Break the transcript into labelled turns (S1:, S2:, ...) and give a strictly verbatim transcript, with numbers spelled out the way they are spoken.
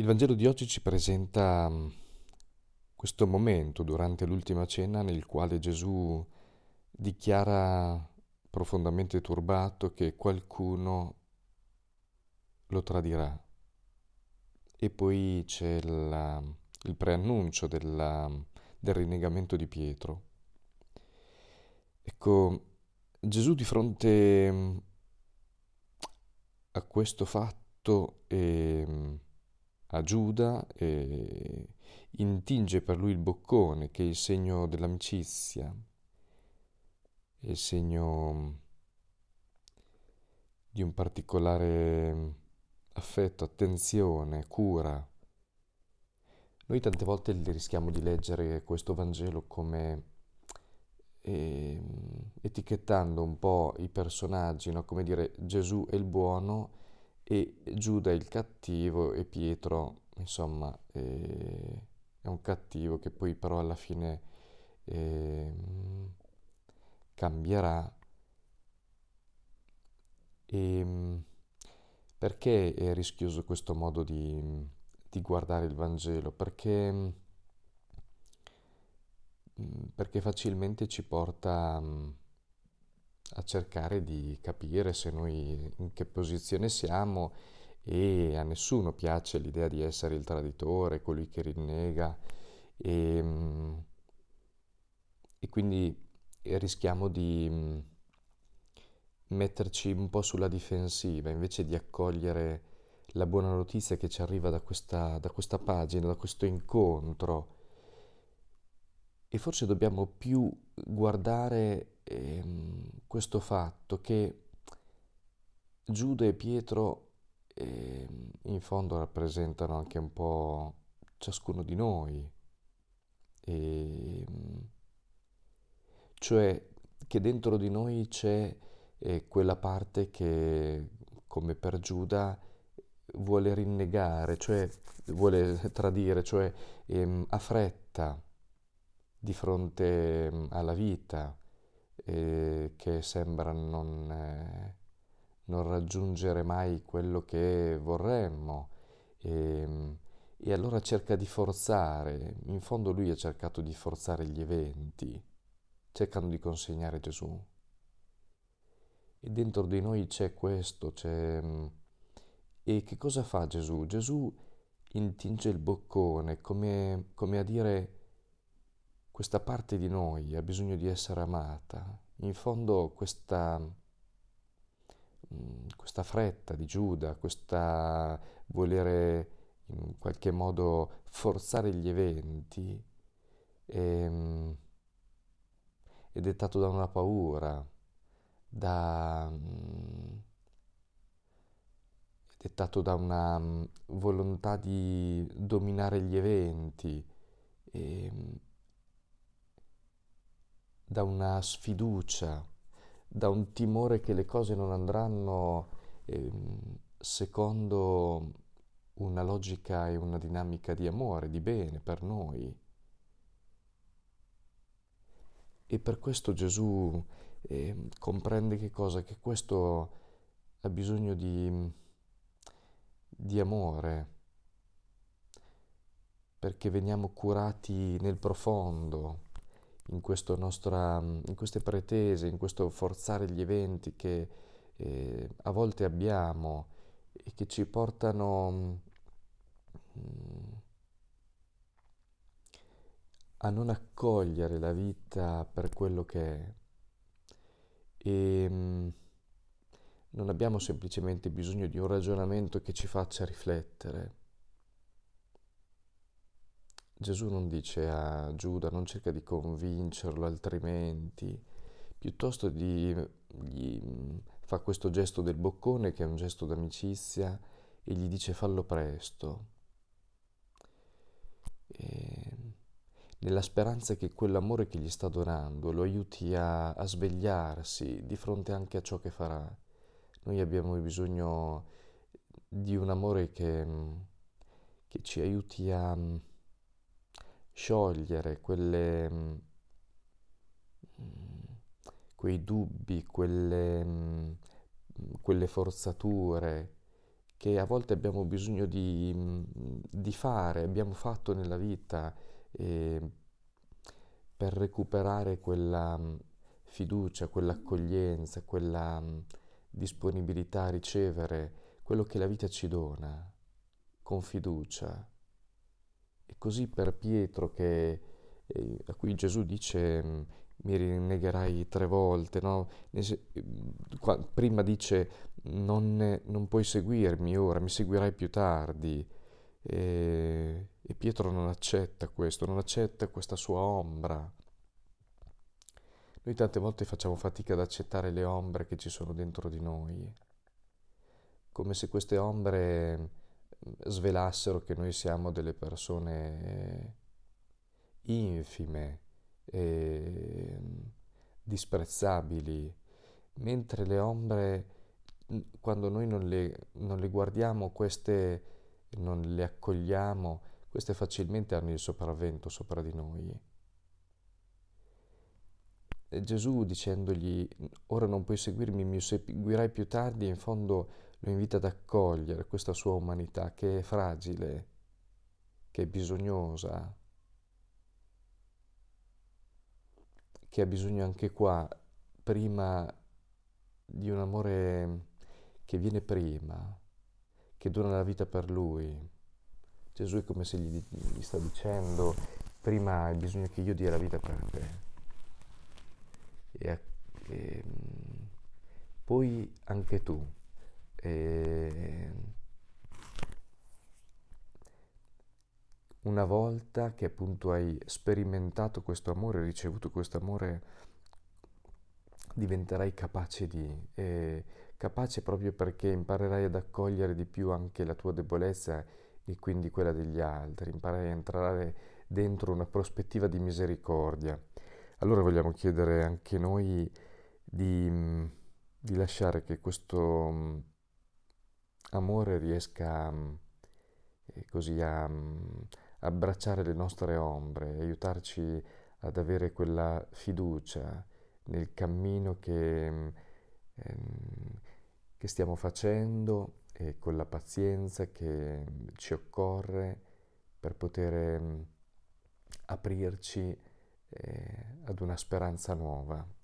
S1: Il Vangelo di oggi ci presenta mm, questo momento durante l'ultima cena nel quale Gesù dichiara profondamente turbato che qualcuno lo tradirà. E poi c'è la- il preannuncio della- del rinnegamento di Pietro. Ecco, Gesù di fronte mm, a questo fatto e mm, a Giuda e intinge per lui il boccone, che è il segno dell'amicizia, è il segno di un particolare affetto, attenzione, cura. Noi tante volte rischiamo di leggere questo Vangelo come eh, etichettando un po' i personaggi, no? Come dire Gesù è il buono e Giuda è il cattivo e Pietro, insomma, eh, è un cattivo che poi però alla fine eh, cambierà. E perché è rischioso questo modo di, di guardare il Vangelo? Perché, perché facilmente ci porta a cercare di capire se noi in che posizione siamo e a nessuno piace l'idea di essere il traditore, colui che rinnega e, e quindi rischiamo di metterci un po' sulla difensiva invece di accogliere la buona notizia che ci arriva da questa, da questa pagina, da questo incontro. E forse dobbiamo più guardare ehm, questo fatto che Giuda e Pietro ehm, in fondo rappresentano anche un po' ciascuno di noi, e, cioè che dentro di noi c'è eh, quella parte che, come per Giuda, vuole rinnegare, cioè vuole tradire, cioè ehm, ha fretta di fronte ehm, alla vita, eh, che sembra non, eh, non raggiungere mai quello che vorremmo. E, e allora cerca di forzare, in fondo lui ha cercato di forzare gli eventi, cercando di consegnare Gesù. E dentro di noi c'è questo, c'è... mm, E che cosa fa Gesù? Gesù intinge il boccone come, come a dire questa parte di noi ha bisogno di essere amata. In fondo questa, mm, questa fretta di Giuda, questa volere in qualche modo forzare gli eventi, è, è dettato da una paura, da, mm, è dettato da una mm, volontà di dominare gli eventi, e, mm, da una sfiducia, da un timore che le cose non andranno ehm, secondo una logica e una dinamica di amore, di bene per noi. E per questo Gesù ehm, comprende che cosa? Che questo ha bisogno di, di amore, perché veniamo curati nel profondo, in, questo nostra, in queste pretese, in questo forzare gli eventi che eh, a volte abbiamo e che ci portano mm, a non accogliere la vita per quello che è. E mm, non abbiamo semplicemente bisogno di un ragionamento che ci faccia riflettere. Gesù non dice a Giuda, non cerca di convincerlo altrimenti, piuttosto di, gli fa questo gesto del boccone che è un gesto d'amicizia e gli dice fallo presto, e nella speranza che quell'amore che gli sta donando lo aiuti a, a svegliarsi di fronte anche a ciò che farà. Noi abbiamo bisogno di un amore che, che ci aiuti a sciogliere quelle, quei dubbi, quelle, quelle forzature che a volte abbiamo bisogno di, mm, di fare, abbiamo fatto nella vita eh, per recuperare quella mm, fiducia, quell'accoglienza, quella mm, disponibilità a ricevere quello che la vita ci dona con fiducia. E così per Pietro che, eh, a cui Gesù dice mh, mi rinnegherai tre volte, no? Ne se- qua- prima dice non, ne- non puoi seguirmi ora, mi seguirai più tardi. E, e Pietro non accetta questo, non accetta questa sua ombra. Noi tante volte facciamo fatica ad accettare le ombre che ci sono dentro di noi, come se queste ombre mh, svelassero che noi siamo delle persone infime, e disprezzabili, mentre le ombre, quando noi non le, non le guardiamo, queste non le accogliamo, queste facilmente hanno il sopravvento sopra di noi. E Gesù dicendogli, ora non puoi seguirmi, mi seguirai più tardi, in fondo lo invita ad accogliere questa sua umanità che è fragile, che è bisognosa, che ha bisogno anche qua, prima di un amore che viene prima, che dona la vita per lui. Gesù è come se gli, gli sta dicendo, prima hai bisogno che io dia la vita per te. E, e, poi anche tu. E, una volta che appunto hai sperimentato questo amore, ricevuto questo amore, diventerai capace di, eh, capace proprio perché imparerai ad accogliere di più anche la tua debolezza e quindi quella degli altri, imparerai a entrare dentro una prospettiva di misericordia. Allora vogliamo chiedere anche noi di, mm, di lasciare che questo mm, amore riesca mm, eh, così a mm, abbracciare le nostre ombre, aiutarci ad avere quella fiducia nel cammino che, mm, ehm, che stiamo facendo e con la pazienza che mm, ci occorre per poter mm, aprirci eh, ad una speranza nuova.